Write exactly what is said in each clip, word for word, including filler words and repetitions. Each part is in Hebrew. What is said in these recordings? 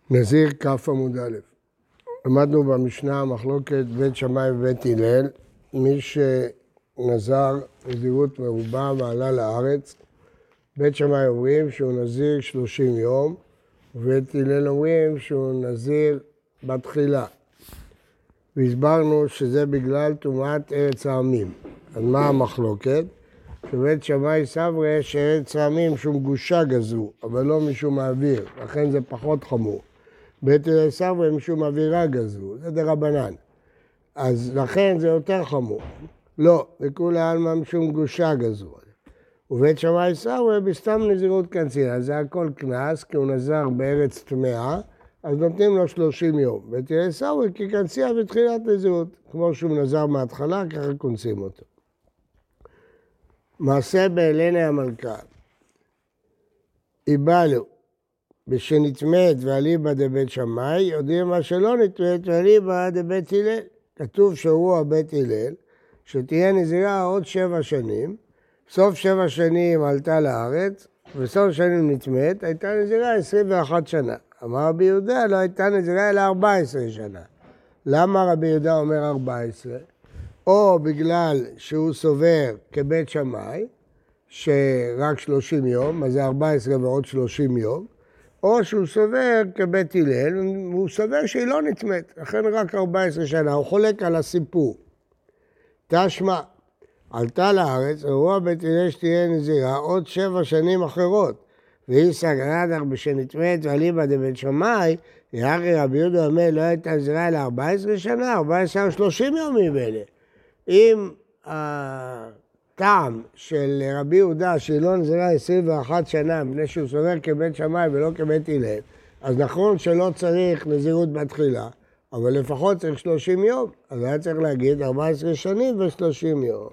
נזיר כף עמוד א'. למדנו במשנה מחלוקת בית שמאי ובית הלל, מי שנזר נזירות מרובה ועלה לארץ, בית שמאי אומרים שהוא נזיר שלושים יום, ובית הלל אומרים שהוא נזיר בתחילה. והסברנו שזה בגלל טומאת ארץ העמים. אז מה המחלוקת? שבית שמאי סברי שארץ העמים שום גושה גזרו, אבל לא משום האוויר, לכן זה פחות חמור. בית הלל סברי משום אווירה גזרו, זה דרבנן. אז לכן זה יותר חמור. לא, לכולי עלמא משום גושה גזרו. ובית שמאי סברי בסתם נזירות קנציה, זה הכל קנס, כי הוא נזר בארץ טמאה, אז נותנים לו שלושים יום. בית הלל סברי כי קנציה בתחילת נזירות, כמו שהוא נזר מההתחלה, ככה קונסים אותו. מעשה בהלני המלכה, איבלו, בשנתמת ואליבא דבית שמאי, יודעים מה שלא נתמת ואליבא דבית הלל. כתוב שהוא הבית הלל, שתהיה נזירה עוד שבע שנים, סוף שבע שנים עלתה לארץ, וסוף שנים נתמת, הייתה נזירה עשרים ואחת שנה. אמר רבי יהודה, לא הייתה נזירה אלא ארבע עשרה שנה. למה רבי יהודה אומר ארבע עשרה? או בגלל שהוא סובר כבית שמאי, שרק שלושים יום, אז זה ארבע עשרה ועוד שלושים יום, או שהוא סובר כבית הלל, והוא סובר שהיא לא נתמת, לכן רק ארבע עשרה שנה, הוא חולק על הסיפור. תשמע, עלתה לארץ, אירוע בית הלל שתהיה נזירה עוד שבע שנים אחרות, והיא סגרדך בשנתמת ואליבא דבית שמאי, יחי רבי יהודה אומר, לא הייתה נזירה אלא ארבע עשרה שנה, ארבע עשרה שלושים יום מבנה. אם הטעם של רבי יהודה שהיא לא נזירה עשרים ואחת שנה, מפני שהוא סובר כבית שמאי ולא כבית הלל, אז נכון שלא צריך נזירות בתחילה, אבל לפחות צריך שלושים יום, אז היה צריך להגיד ארבע עשרה שנים ו-שלושים יום.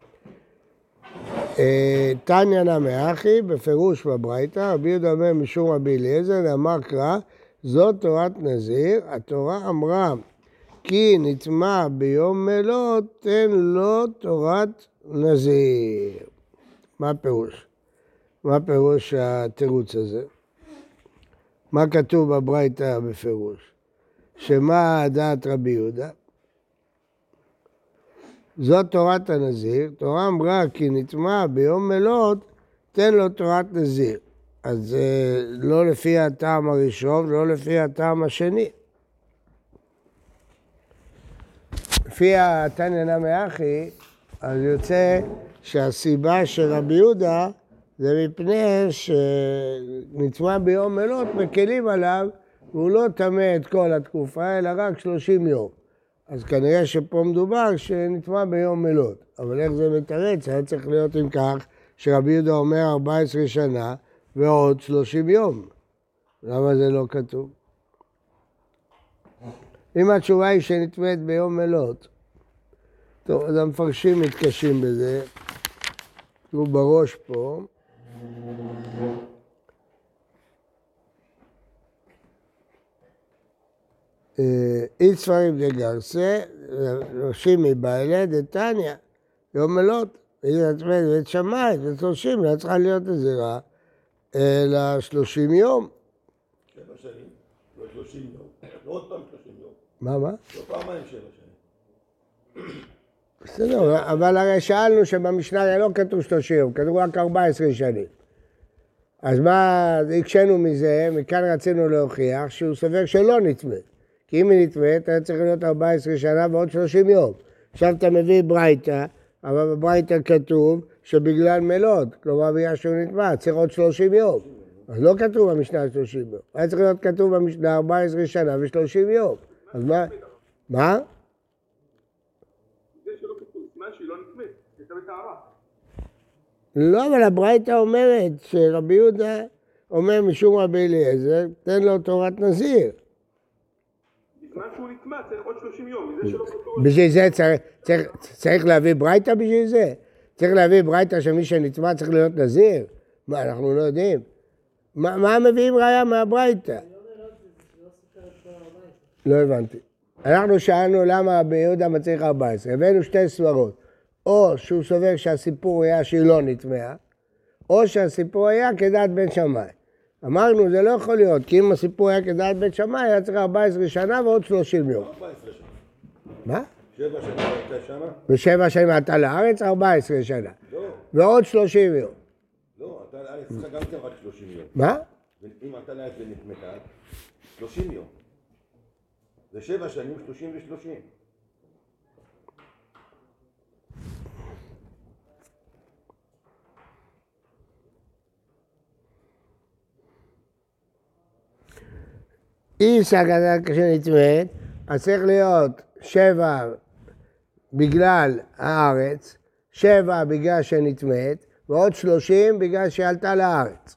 תניא נמי אחי, בפירוש בברייתא, רבי יהודה אומר משום רבי אליעזר, נאמר קרא, זאת תורת נזיר, התורה אמרה, כי נטמע ביום מלות, תן לו תורת נזיר. מה הפירוש? מה הפירוש התירוץ הזה? מה כתוב בברייתא בפירוש? שמה דעת רבי יהודה? זאת תורת הנזיר, תורה אמרה כי נטמע ביום מלות, תן לו תורת נזיר. אז זה לא לפי הטעם הראשון, לא לפי הטעם השני. לפי התניא נמי אחי, אז יוצא שהסיבה של רבי יהודה זה מפני שנטמע ביום מלות, מקלים עליו, והוא לא טמא את כל התקופה, אלא רק שלושים יום. אז כנראה שפה מדובר שנטמע ביום מלות. אבל איך זה מתרץ? היה צריך להיות עם כך שרבי יהודה אומר ארבע עשרה שנה ועוד שלושים יום. למה זה לא כתוב? אם התשובה היא שנטמאת ביום מלות, טוב, אז המפרשים מתקשים בזה. הוא בראש פה. אי ספרים דגרסה, ראשים מבעלה דתניא, יום מלות, היא נטמאת בית שמאי, זה שלושים, לא צריכה להיות נזירה, אלא שלושים יום. שבע שנים, לא שלושים יום, לא עוד פעם שלושים יום. מה, מה? לא פעמיים שבע שנים. בסדר, אבל הרי שאלנו שבמשנה לא כתוב שלושים יום, כתוב רק ארבע עשרה שנים. אז מה, הקשנו מזה, מכאן רצינו להוכיח שהוא סובר שלא נטמאת. כי אם היא נטמאת, היה צריך להיות ארבע עשרה שנה ועוד שלושים יום. עכשיו אתה מביא ברייתא, אבל בברייתא כתוב שבגלל מלות, כלומר בגלל שהוא נטמא, צריך עוד שלושים יום. אז לא כתוב במשנה שלושים יום. היה צריך להיות כתוב במשנה ארבע עשרה שנה ו-שלושים יום. אז מה? מה? זה שלא כתוב, מה שהיא לא נטמאת, הייתה בטהרה. לא, אבל הברייתא אומרת שרבי יהודה אומר משום רבי אליעזר, תן לו תורת נזיר. בזמן שהוא נטמא צריך עוד שלושים יום, מזה שלא כתוב. בשביל זה צריך, צריך, צריך להביא ברייתא בשביל זה? צריך להביא ברייתא שמי שנטמא צריך להיות נזיר? מה, אנחנו לא יודעים. מה, מה מביאים ראיה מהברייתא? לא הבנתי. אנחנו שאלנו למה רבי יהודה מצריך ארבע עשרה, הבאנו שתי סברות. או שהוא סובר שהסיפור היה שהיא לא נטמאה, או שהסיפור היה כדעת בן שמאי. אמרנו, זה לא יכול להיות, כי אם הסיפור היה כדעת בית שמאי, היה צריך ארבע עשרה שנה ועוד שלושים יום. ארבע עשרה שנה. מה? שבע שנה הייתה שנה? בשבע שנים עלתה לארץ, ארבע עשרה שנה. לא. ועוד שלושים יום. לא, עלתה לארץ צריכה גם כן רק שלושים יום. מה? אם עלתה לארץ ונתמתה, שלושים יום. זה שבע שנים, שלושים ושלושים. אי סכנה כשנטמאת, אז צריך להיות שבע בגלל הארץ, שבע בגלל שנטמאת, ועוד שלושים בגלל שעלתה לארץ.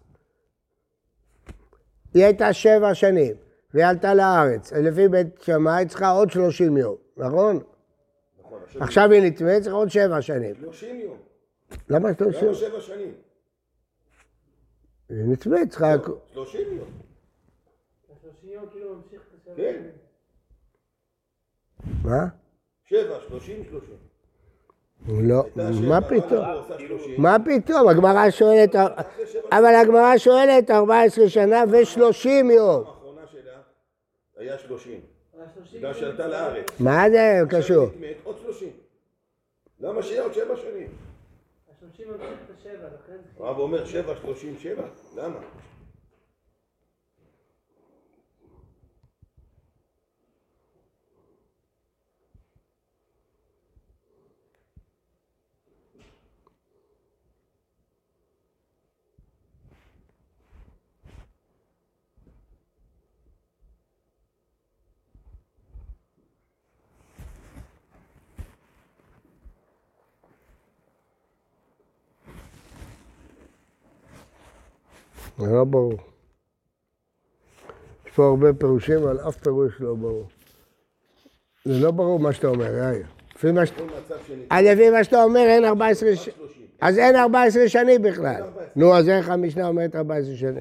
היא הייתה שבע שנים, והיא עלתה לארץ. לפי בית שמאי צריכה עוד שלושים יום, נכון? נכון. עכשיו היא נטמאת, צריך עוד שבע שנים. שלושים יום. למה שלושים? למה שבע שנים? היא נטמאת, צריכה... שלושים יום. שלושים יום כאילו ממשיך את השבע. כן. מה? שבע, שלושים, שלושים. לא, מה פתאום? שלושים. מה פתאום? הגמרא שואלת... אבל הגמרא שואלת ארבע עשרה שנה ושלושים יום. האחרונה שלה היה שלושים. השלושים בגלל שעלתה לארץ. מה זה קשור? עכשיו היא נטמאת עוד שלושים. למה שיהיה עוד שבע שנים? השלושים ממשיך את השבע, לכן... הרב אומר שבע, שלושים, שבע? למה? זה לא ברור. יש פה הרבה פירושים, אבל אף פירוש לא ברור. זה לא ברור מה שאתה אומר, יאיר. לפי מה שאתה... לפי מה שאתה אומר, אין ארבע עשרה שנים. אז אין ארבע עשרה שנים בכלל. נו, אז איך המשנה אומרת ארבע עשרה שנים?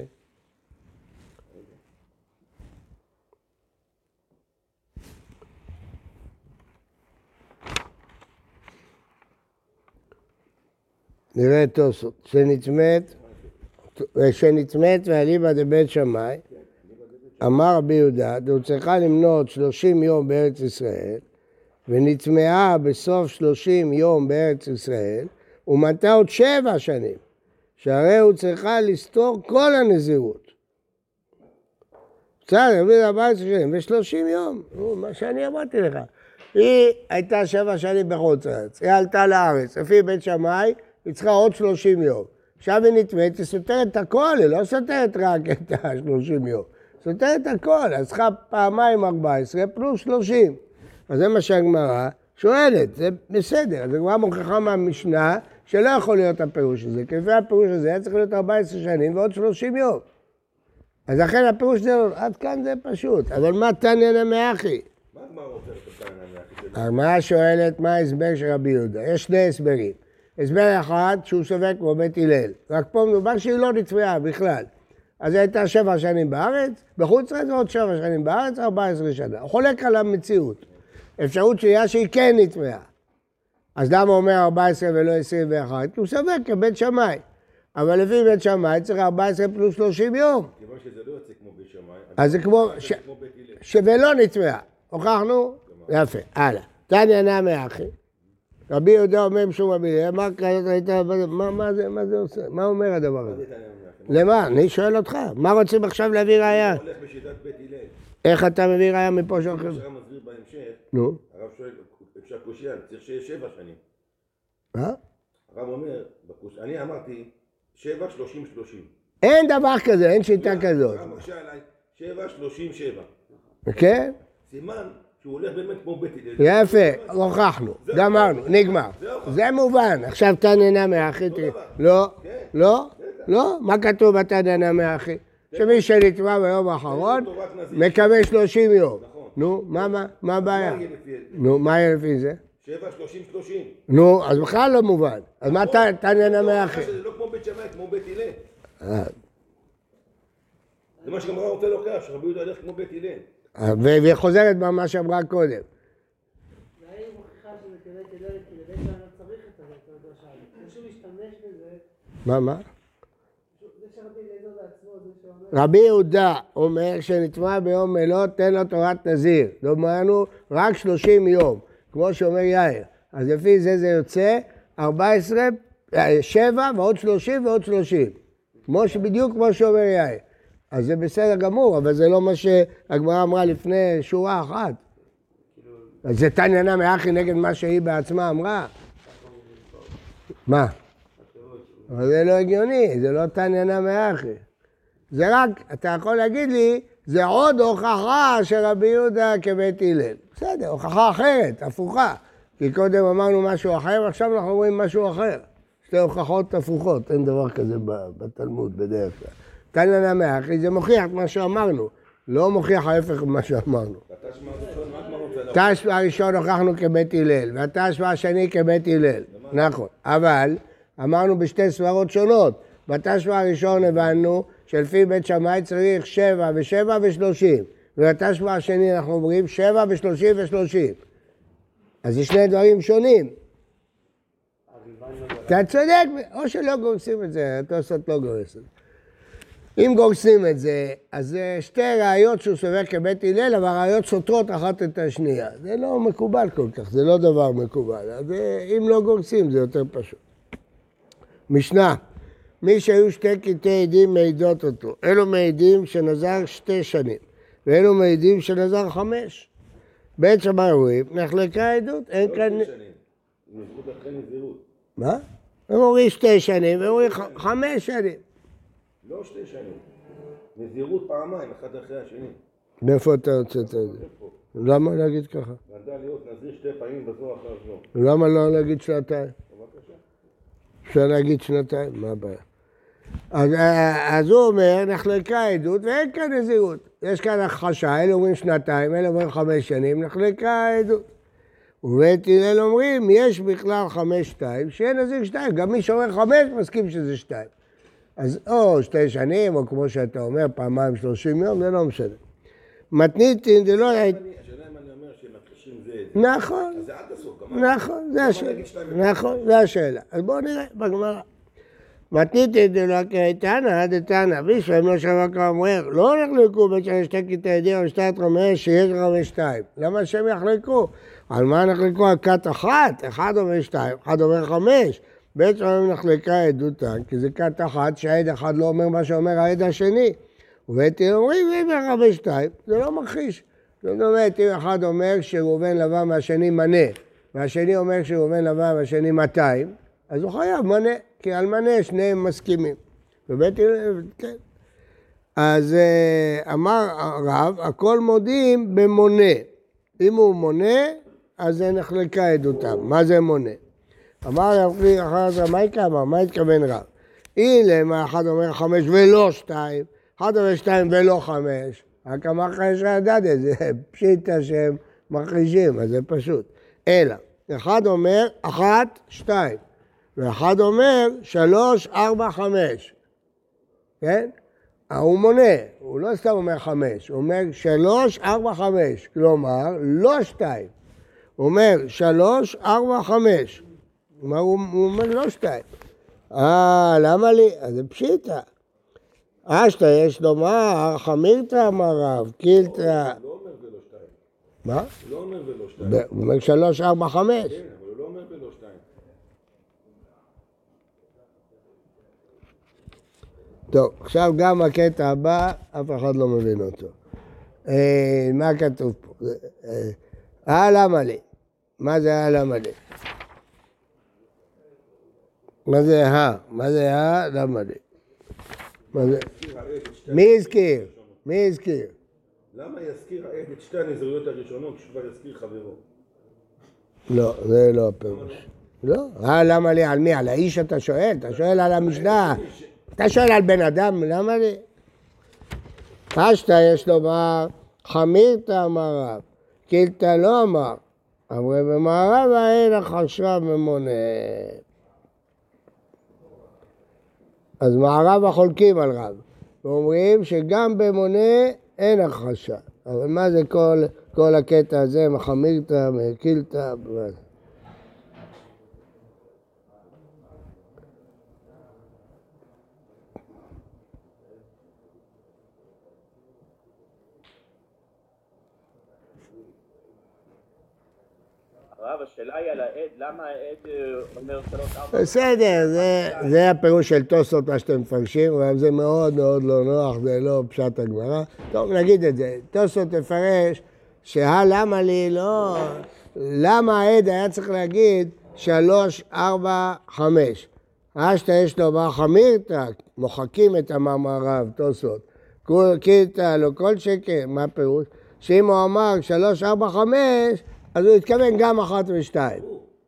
נראה תוספות, שנטמאת, שנטמאת ואליבא דבית שמאי, אמר רבי יהודה, הוא צריכה למנות שלושים יום בארץ ישראל, ונטמעה בסוף שלושים יום בארץ ישראל, ומנתה עוד שבע שנים, שהרי הוא צריכה לסתור כל הנזירות. בסדר, נביא ארבע עשרה שנים, ושלושים יום, מה שאני אמרתי לך. היא הייתה שבע שנים בחוץ לארץ, היא עלתה לארץ, לפי בית שמאי, היא צריכה עוד שלושים יום. עכשיו היא נטמאת, היא סותרת את הכל, היא לא סותרת רק את ה-שלושים יום. היא סותרת את הכל, אז צריכה פעמיים ארבע עשרה פלוס שלושים. אז זה מה שהגמרא שואלת, זה בסדר. אז הגמרא מוכיחה מהמשנה שלא יכול להיות הפירוש הזה, כי לפי הפירוש הזה היה צריך להיות ארבע עשרה שנים ועוד שלושים יום. אז לכן הפירוש זה, עד כאן זה פשוט. אבל מה תניא מאחי? מה הגמרא רוצה את תניא מאחי? הגמרא שואלת מה ההסבר של רבי יהודה. יש שני הסברים. הסבר אחד שהוא סובר כמו בית הלל, רק פה מדובר שהיא לא נטמעה בכלל. אז היא הייתה שבע שנים בארץ, בחוץ לארץ עוד שבע שנים בארץ, ארבע עשרה שנה. הוא חולק על המציאות. אפשרות שהיה שהיא כן נטמעה. אז למה הוא אומר ארבע עשרה ולא עשרים ואחת? כי הוא סובר כבית שמאי. אבל לפי בית שמאי צריך ארבע עשרה פלוס שלושים יום. כיוון שזה לא יוצא כמו בית שמאי. אז זה כמו... ולא נטמעה. הוכחנו? יפה, הלאה. תניא נמי אחי. רבי יהודה אומר משום רבי, מה זה עושה? מה אומר הדבר הזה? למה? אני שואל אותך, מה רוצים עכשיו להביא ראייה? הוא הולך בשיטת בית הלל. איך אתה מביא ראייה מפה שהולכים? הרב מסביר בהמשך, נו. הרב שואל, אפשר קושייה, צריך שיהיה שבע שנים. מה? הרב אומר, אני אמרתי, שבע, שלושים, שלושים. אין דבר כזה, אין שיטה כזאת. הרב מקשה עליי, שבע, שלושים, שבע. כן? סימן שהוא הולך באמת כמו בית הלל. יפה, הוכחנו, גמרנו, נגמר. זה מובן. עכשיו תניא נמי אחי. לא, לא, לא. מה כתוב בתניא נמי אחי? שמי שנטמע ביום האחרון מקבל שלושים יום. נו, מה הבעיה? נו, מה יהיה לפי זה? שבע, שלושים, שלושים. נו, אז בכלל לא מובן. אז מה תניא נמי אחי? זה לא כמו בית שמאי, כמו בית הלל. זה מה שגמרא רוצה להוכיח, שרבי יהודה הולך כמו בית הלל. והיא חוזרת במה שאמרה קודם. והיא מוכיחה שזה כדי כדי כדי שאני לא צריך את זה, חשוב להשתמש בזה. מה, מה? זה שרבי אליעזר בעצמו, זה שאומר רבי יהודה אומר שנטמע ביום מלוא תן לו תורת נזיר. דומנו רק שלושים יום, כמו שאומר יאיר. אז לפי זה זה יוצא ארבע עשרה, שבע ועוד שלושים ועוד שלושים. כמו שבדיוק כמו שאומר יאיר. אז זה בסדר גמור, אבל זה לא מה שהגמרא אמרה לפני שורה אחת. אז זה תניא נמי אחי נגד מה שהיא בעצמה אמרה. מה? אבל זה לא הגיוני, זה לא תניא נמי אחי. זה רק, אתה יכול להגיד לי, זה עוד הוכחה של רבי יהודה כבית הלל. בסדר, הוכחה אחרת, הפוכה. כי קודם אמרנו משהו אחר, ועכשיו אנחנו אומרים משהו אחר. שתי הוכחות הפוכות, אין דבר כזה בתלמוד בדרך כלל. תניא נמי אחי, זה מוכיח את מה שאמרנו, לא מוכיח ההפך ממה שאמרנו. תשמע הראשון הוכחנו כבית הלל, והתשמע השני כבית הלל, נכון. אבל אמרנו בשתי סברות שונות. בתשמע הראשון הבנו שלפי בית שמאי צריך שבע ושבע ושלושים, ובתשמע השני אנחנו אומרים שבע ושלושים ושלושים. אז זה שני דברים שונים. אתה צודק, או שלא גורסים את זה, התוספות לא גורסים. אם גורסים את זה, אז זה שתי ראיות שהוא סובר כבית הלל, אבל ראיות סותרות אחת את השנייה. זה לא מקובל כל כך, זה לא דבר מקובל. אז אם לא גורסים זה יותר פשוט. משנה, מי שהיו שתי קטעי עדים מעידות אותו. אלו מעידים שנזר שתי שנים, ואלו מעידים שנזר חמש. בית שמאי רואים, נחלקה עדות, אין כאן... לא שתי שנים, נזירות אחרי נזירות. מה? הם אומרים שתי שנים, הם אומרים חמש שנים. לא שתי שנים. נזירות פעמיים, אחד אחרי השני. מאיפה אתה רוצה את זה? למה להגיד ככה? נדע להיות נזיר שתי פעמים בזו אחר זו. למה לא להגיד שנתיים? בבקשה. אפשר להגיד שנתיים, מה הבעיה? אז, אז הוא אומר, נחלקה עדות ואין כאן נזירות. יש כאן הכחשה, אלה אומרים שנתיים, אלה אומרים חמש שנים, נחלקה עדות. ובית הלל אומרים, יש בכלל חמש שתיים, שיהיה נזיר שתיים. גם מי שאומר חמש מסכים שזה שתיים. אז או שתי שנים, או כמו שאתה אומר, פעמיים שלושים יום, זה לא משנה. מתניתין, זה לא... השאלה אם אני אומר שמכחישים זה... נכון. אז זה עד הסוף. נכון, זה השאלה. נכון, זה השאלה. אז בואו נראה בגמרא. מתניתין דלא כתנא דתנא, בישלם לא שמע כאומר, לא נחלקו בין שיש שתי קטעי עדים או שתי חמש, שיש חמש שתיים. למה שהם יחלקו? על מה נחלקו? על כת אחת, אחד אומר שתיים, אחד אומר חמש. בעצם נחלקה עדותן, כי זה כת אחת שהעד אחד לא אומר מה שאומר העד השני. ובית הלל אומרים, זה חמש שתיים, זה לא מכחיש. זאת אומרת, אם אחד אומר שראובן לבן והשני מנה, והשני אומר שראובן לבן והשני מאתיים, אז הוא חייב מנה, כי על מנה שניהם מסכימים. ובית הלל, כן. אז אמר הרב, הכל מודיעים במונה. אם הוא מונה, אז זה נחלקה עדותם. מה זה מונה? אמר רבי אחר זה, מה יקרה? מה התכוון רב? אילמה אחד אומר חמש ולא שתיים, אחד אומר שתיים ולא חמש, רק אמר חמש רדד, זה פשיטה שהם מכחישים, אז זה פשוט. אלא, אחד אומר אחת, שתיים, ואחד אומר שלוש, ארבע, חמש. כן? הוא מונה, הוא לא סתם אומר חמש, הוא אומר שלוש, ארבע, חמש, כלומר, לא שתיים. הוא אומר שלוש, ארבע, חמש. הוא אומר לא שתיים. אה, למה לי? אז זה פשיטה. אשתה יש לומר, חמירתא אמר רב, קילתא. הוא לא אומר ולא שתיים. מה? הוא לא אומר ולא שתיים. הוא אומר שלוש, ארבע, חמש. כן, אבל הוא לא אומר ולא שתיים. טוב, עכשיו גם הקטע הבא, אף אחד לא מבין אותו. מה כתוב פה? אה, למה לי? מה זה אה, למה לי? מה זה ה? מה זה ה? למה לי? מה זה? מי הזכיר? מי הזכיר? למה יזכיר העד את שתי הנזירויות הראשונות כשכבר יזכיר חברו? לא, זה לא הפירוש. לא? אה, למה לי? על מי? על האיש אתה שואל? אתה שואל על המשנה. אתה שואל על בן אדם, למה לי? פשטה יש לומר, חמירתא אמר רב, קילתא לא אמר. אמרי במערב אין החשב ממונה. אז מערב החולקים על רב, ואומרים שגם במונה אין הכחשה. אבל מה זה כל, כל הקטע הזה, מחמירתא, מקילתא, מה זה? הרב, השאלה היא על העד, למה העד אומר שלוש ארבע? בסדר, זה, זה הפירוש של תוספות מה שאתם מפרשים, אבל זה מאוד מאוד לא נוח, זה לא פשט הגמרא. טוב, נגיד את זה. תוספות תפרש שה למה לי לא... למה העד היה צריך להגיד שלוש, ארבע, חמש? אשתא יש לו בר חמירתא, מוחקים את המאמריו, תוספות. קירתא לא כל שקר, מה הפירוש? שאם הוא אמר שלוש, ארבע, חמש, אז הוא התכוון גם אחת ושתיים.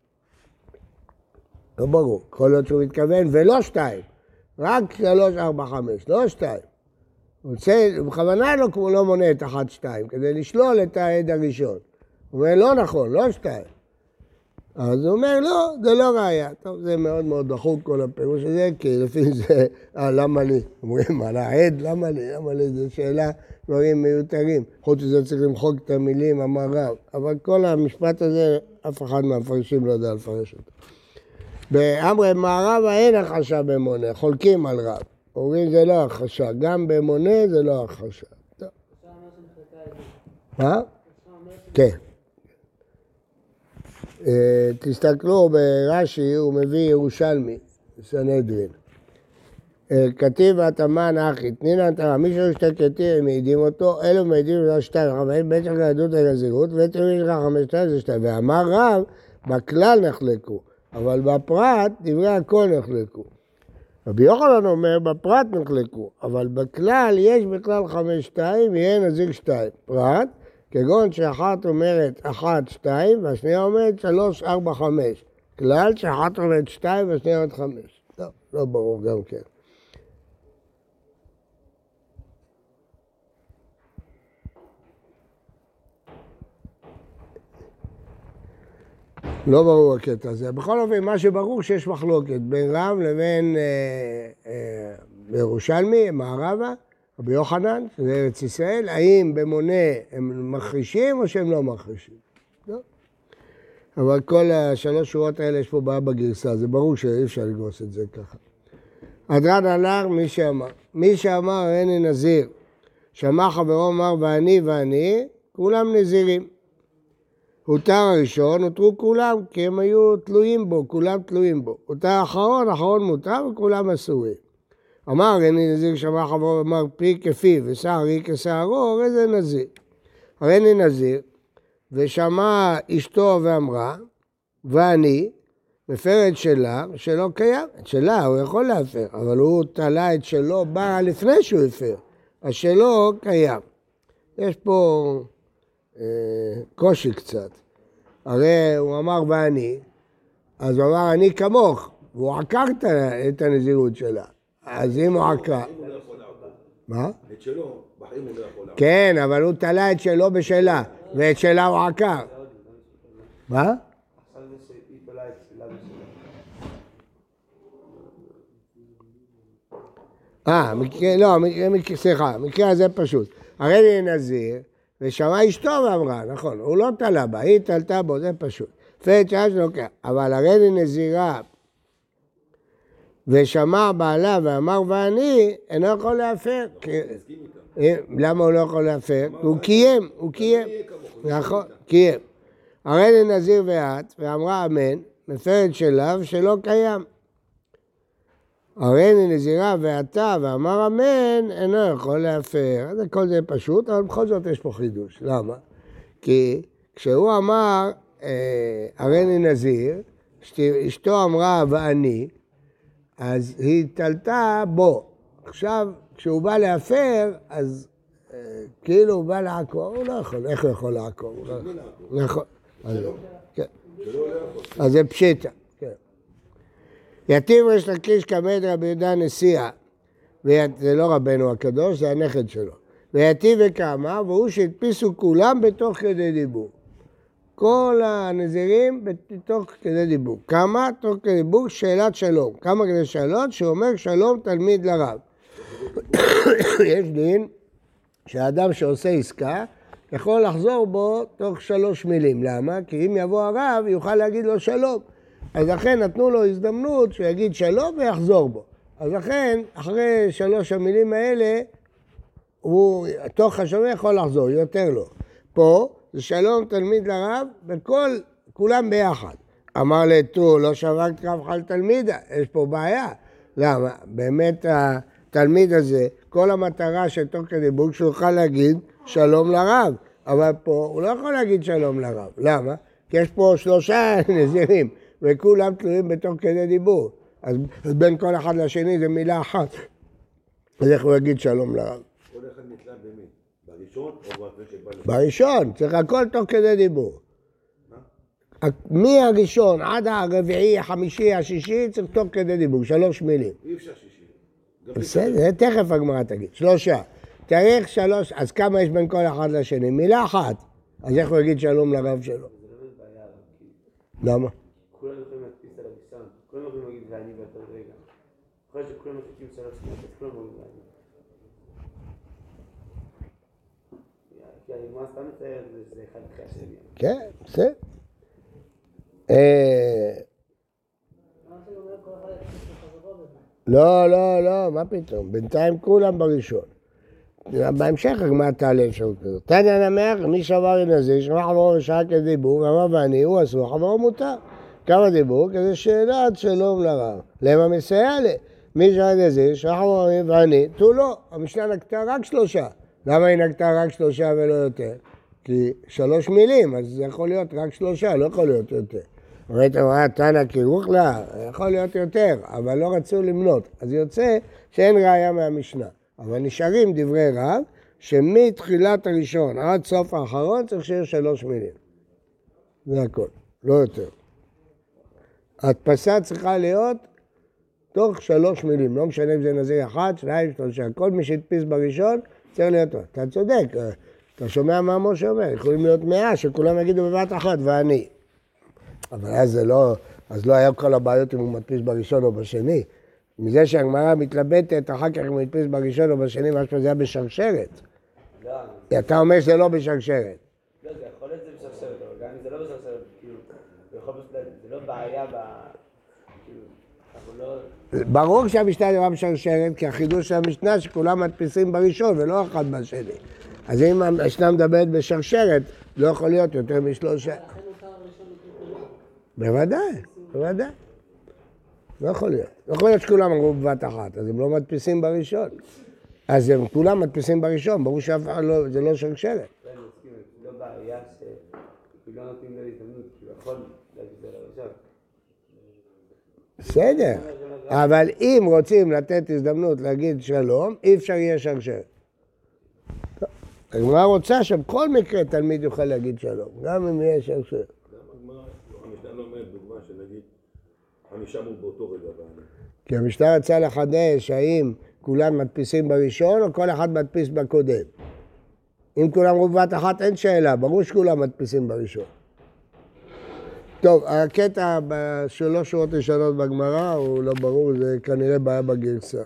לא ברור, יכול להיות שהוא התכוון ולא שתיים, רק שלוש, ארבע, חמש, לא שתיים. הוא רוצה, בכוונה לא, כמו לא מונה את אחת, שתיים, כדי לשלול את העד הראשון. הוא אומר, לא נכון, לא שתיים. אז הוא אומר, לא, זה לא ראייה. טוב, זה מאוד מאוד דחוק כל הפירוש הזה, כי לפי זה, אה, למה לי? אומרים, על העד, למה לי? למה לי? זו שאלה, דברים מיותרים. חוץ מזה צריך למחוק את המילים, אמר רב. אבל כל המשפט הזה, אף אחד מהמפרשים לא יודע לפרש אותו. באמרי מערבה אין הכחשה במונה, חולקים על רב. אומרים, זה לא הכחשה, גם במונה זה לא הכחשה. טוב. מה? כן. תסתכלו ברש"י, הוא מביא ירושלמי, סנהדרין. כתיב התאמן אחי, תנינן תרא, מי שיש שתי קטעים מעידים אותו, אלו מעידים את השתיים, חמש, בית של יהדות על הזהירות, ותראי שלך חמש שתיים זה שתיים. ואמר רב, בכלל נחלקו, אבל בפרט דברי הכל נחלקו. רבי יוחנן אומר, בפרט נחלקו, אבל בכלל יש בכלל חמש שתיים, יהיה נזיר שתיים. פרט, כגון שאחת אומרת אחת, שתיים, והשנייה אומרת שלוש, ארבע, חמש. כלל שאחת אומרת שתיים, והשנייה אומרת חמש. טוב, לא ברור גם כן. לא ברור הקטע הזה. בכל אופן, מה שברור שיש מחלוקת בין רב לבין אה, אה, ירושלמי, מערבה, רבי יוחנן, שזה ארץ ישראל, האם במונה הם מחרישים או שהם לא מחרישים? לא. אבל כל השלוש שורות האלה יש פה בעיה בגרסה, זה ברור שאי אפשר לגרוס את זה ככה. הדרן עלר מי שאמר, מי שאמר הריני נזיר, שמע חברו אמר ואני ואני, כולם נזירים. הותר הראשון, הותרו כולם, כי הם היו תלויים בו, כולם תלויים בו. הותר האחרון, האחרון מותר וכולם אסורים. אמר, הריני נזיר שמע חברו, אמר פי כפי ושערי כשערו, הרי זה נזיר. הריני נזיר, ושמע אשתו ואמרה, ואני, מפר את שלה, שלא קיים. את שלה הוא יכול להפר, אבל הוא תלה את שלו, בא לפני שהוא הפר. השלו קיים. יש פה אה, קושי קצת. הרי הוא אמר ואני, אז הוא אמר אני כמוך, והוא עקר את הנזירות שלה. אז אם הוא עקר... מה? את שלו, בחיים הוא לא יכול לעבור. כן, אבל הוא תלה את שלו בשלה, ואת שלה הוא עקר. מה? אה, לא, סליחה, המקרה הזה פשוט. הרי אני נזיר, ושמע אשתו ואמרה, נכון, הוא לא תלה בה, היא תלתה בו, זה פשוט. פרט שעה שלוקח, אבל הרי אני נזירה, ושמע בעלה ואמר ואני, אינו יכול להפר. למה הוא לא יכול להפר? הוא קיים, הוא קיים. נכון, קיים. הרי אני נזיר ואת, ואמרה אמן, מפרת שלה ושלא קיים. הרי אני נזירה ואתה ואמר אמן, אינו יכול להפר. אז כל זה פשוט, אבל בכל זאת יש פה חידוש. למה? כי כשהוא אמר, הרי אני נזיר, אשתו אמרה ואני, אז היא תלתה בו. עכשיו, כשההוא בא להפר, אז כאילו הוא בא לעקור, הוא לא יכול, איך הוא יכול לעקור? נכון. אז זה פשיטה. יתיב ריש לקיש כמד רבי יהודה נשיאה, זה לא רבנו הקדוש, זה הנכד שלו. ויתיב וקמה, והוא שהדפיסו כולם בתוך כדי דיבור. כל הנזירים בתוך כדי דיבור. כמה? תוך כדי דיבור שאלת שלום. כמה כדי שאלות? שאומר שלום תלמיד לרב. יש דין שהאדם שעושה עסקה יכול לחזור בו תוך שלוש מילים. למה? כי אם יבוא הרב יוכל להגיד לו שלום. אז לכן נתנו לו הזדמנות שהוא יגיד שלום ויחזור בו. אז לכן אחרי שלוש המילים האלה הוא תוך השומע יכול לחזור, יותר לא. פה זה שלום תלמיד לרב, וכל כולם ביחד. אמר לטור, לא שבקת כף על תלמידה, יש פה בעיה. למה? באמת התלמיד הזה, כל המטרה של תוך כדי דיבור, שהוא יוכל להגיד שלום לרב. אבל פה הוא לא יכול להגיד שלום לרב. למה? כי יש פה שלושה נזירים, וכולם תלויים בתוך כדי דיבור. אז בין כל אחד לשני זה מילה אחת. אז איך הוא יגיד שלום לרב? כל אחד נתלה במי? בראשון או באחרי שבא לך? בראשון, צריך הכל תוך כדי דיבור. מהראשון עד הרביעי, החמישי, השישי, צריך תוך כדי דיבור, שלוש מילים. אי אפשר שישי. בסדר, תכף הגמרא תגיד. שלושה. צריך שלוש, אז כמה יש בין כל אחד לשני? מילה אחת. אז איך הוא יגיד שלום לרב שלו? למה? כולם יכולים להדפיס על הראשון, כולם יכולים להגיד ואני באותו רגע. יכול להיות שכולם מפסיקים שלוש שניות, אז כולם אומרים ואני. כי אני מה סתם מתאר, זה אחד אחרי השני. כן, בסדר. לא, לא, לא, מה פתאום? בינתיים כולם בראשון. בהמשך הגמרא תעלה אפשרות כזאת. תניא נמר, מי שעבר לנזיר, שמע חברו ושעה כדיבור, ואמר ואני, הוא אסור, חברו מותר. כמה דיבור? כזה שאלת שלום לרב. למה מסייע לי? מי שעבר לנזיר, שמע חברו ואני, תו לא. המשנה נקטה רק שלושה. למה היא נקטה רק שלושה ולא יותר? כי שלוש מילים, אז זה יכול להיות רק שלושה, לא יכול להיות יותר. אומרת, אמרה, תנא קירוך לה, יכול להיות יותר, אבל לא רצו למנות. אז יוצא שאין ראיה מהמשנה. אבל נשארים דברי רב, שמתחילת הראשון עד סוף האחרון צריך שיהיה שלוש מילים. זה הכל, לא יותר. ההדפסה צריכה להיות תוך שלוש מילים, לא משנה אם זה נזיר אחד, שניים, שלושה. כל מי שהדפיס בראשון צריך להיות טוב. אתה צודק, אתה שומע מה משה אומר, יכולים להיות מאה שכולם יגידו בבת אחת, ואני. אבל אז זה לא, אז לא היה כל הבעיות אם הוא מדפיס בראשון או בשני. מזה שהגמרא מתלבטת, אחר כך אם הוא מדפיס בראשון או בשני, משהו זה היה בשרשרת. לא, אתה אומר שזה לא בשרשרת. לא, זה יכול להיות זה בשרשרת, אבל גם אם זה לא בשרשרת, כאילו, זה יכול להיות, זה לא בעיה ב... כאילו, אנחנו לא... ברור שהמשנה נראה בשרשרת, כי החידוש של המשנה שכולם מדפיסים בראשון ולא אחד בשני. אז אם המשנה מדברת בשרשרת, לא יכול להיות יותר משלושה. בוודאי, בוודאי. לא יכול להיות. לא יכול להיות שכולם אמרו בבת אחת, אז הם לא מדפיסים בראשון. אז הם כולם מדפיסים בראשון, ברור שאף אחד לא, זה לא שרשרת. אני מסכים, זה לא בעיה שכולם נותנים לו הזדמנות, כי הוא יכול להגיד את זה לראשון. בסדר, אבל אם רוצים לתת הזדמנות להגיד שלום, אי אפשר יהיה שרשרת. הגמרא רוצה שבכל מקרה תלמיד יוכל להגיד שלום, גם אם יהיה שרשרת. המשנה לא אומרת דוגמה שנגיד חמישה מול באותו רגע בעניין. כי המשנה רצה לחדש האם כולם מדפיסים בראשון או כל אחד מדפיס בקודם. אם כולם אמרו בבת אחת אין שאלה, ברור שכולם מדפיסים בראשון. טוב, הקטע בשלוש שורות ראשונות בגמרא הוא לא ברור, זה כנראה בעיה בגרסה.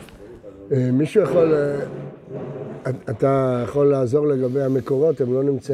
מישהו יכול, אתה יכול לעזור לגבי המקורות, הם לא נמצאים.